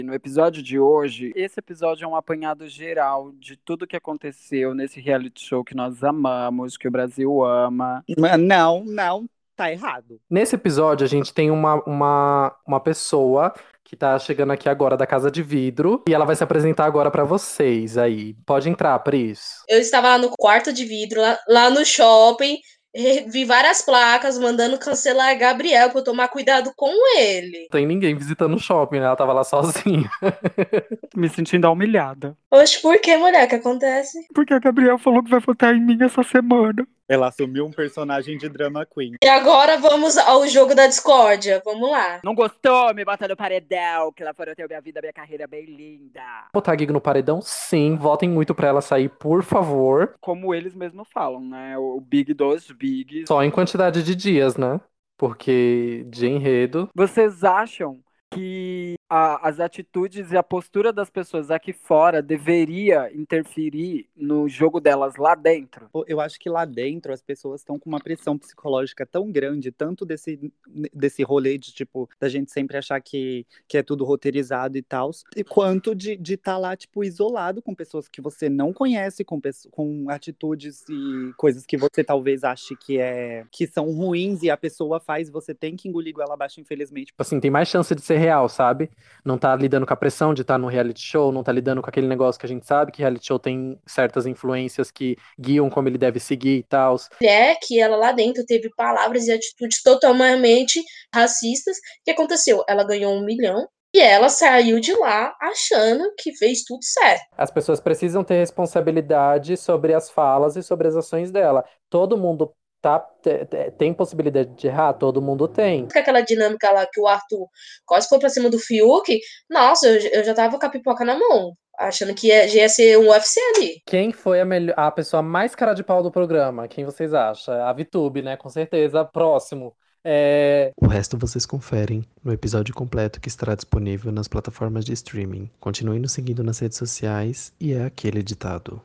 No episódio de hoje, esse episódio é um apanhado geral de tudo que aconteceu nesse reality show que nós amamos, que o Brasil ama. Não, não, tá errado. Nesse episódio, a gente tem uma pessoa que tá chegando aqui agora da Casa de Vidro e ela vai se apresentar agora pra vocês aí. Pode entrar, Pris. Eu estava lá no quarto de vidro, lá no shopping, vi várias placas mandando cancelar Gabriel pra eu tomar cuidado com ele. Não tem ninguém visitando o shopping, né? Ela tava lá sozinha. Me sentindo humilhada. Oxe, por que, mulher? O que acontece? Porque a Gabriel falou que vai votar em mim essa semana. Ela assumiu um personagem de drama queen. E agora vamos ao jogo da discórdia. Vamos lá. Não gostou? Me bota no paredão, que lá fora eu tenho minha vida, minha carreira bem linda. Botar a Gig no paredão? Sim. Votem muito pra ela sair, por favor. Como eles mesmos falam, né? O Big dos Bigs. Só em quantidade de dias, né? Porque de enredo. Vocês acham que as atitudes e a postura das pessoas aqui fora deveria interferir no jogo delas lá dentro? Eu acho que lá dentro as pessoas estão com uma pressão psicológica tão grande, tanto desse rolê de, tipo, da gente sempre achar que é tudo roteirizado e tal, quanto de estar lá, tipo, isolado com pessoas que você não conhece, com atitudes e coisas que você talvez ache que são ruins e a pessoa faz, você tem que engolir goela abaixo, infelizmente. Tipo assim, tem mais chance de ser real, sabe? Não tá lidando com a pressão de estar no reality show, não tá lidando com aquele negócio que a gente sabe que reality show tem certas influências que guiam como ele deve seguir e tal. Mulher que ela lá dentro teve palavras e atitudes totalmente racistas. O que aconteceu? Ela ganhou 1 milhão e ela saiu de lá achando que fez tudo certo. As pessoas precisam ter responsabilidade sobre as falas e sobre as ações dela. Todo mundo tem possibilidade de errar? Todo mundo tem. Com aquela dinâmica lá que o Arthur quase foi pra cima do Fiuk, nossa, eu já tava com a pipoca na mão, achando que ia ser um UFC ali. Quem foi a pessoa mais cara de pau do programa? Quem vocês acham? A VTube, né? Com certeza. Próximo. O resto vocês conferem no episódio completo que estará disponível nas plataformas de streaming. Continue nos seguindo nas redes sociais e é aquele ditado.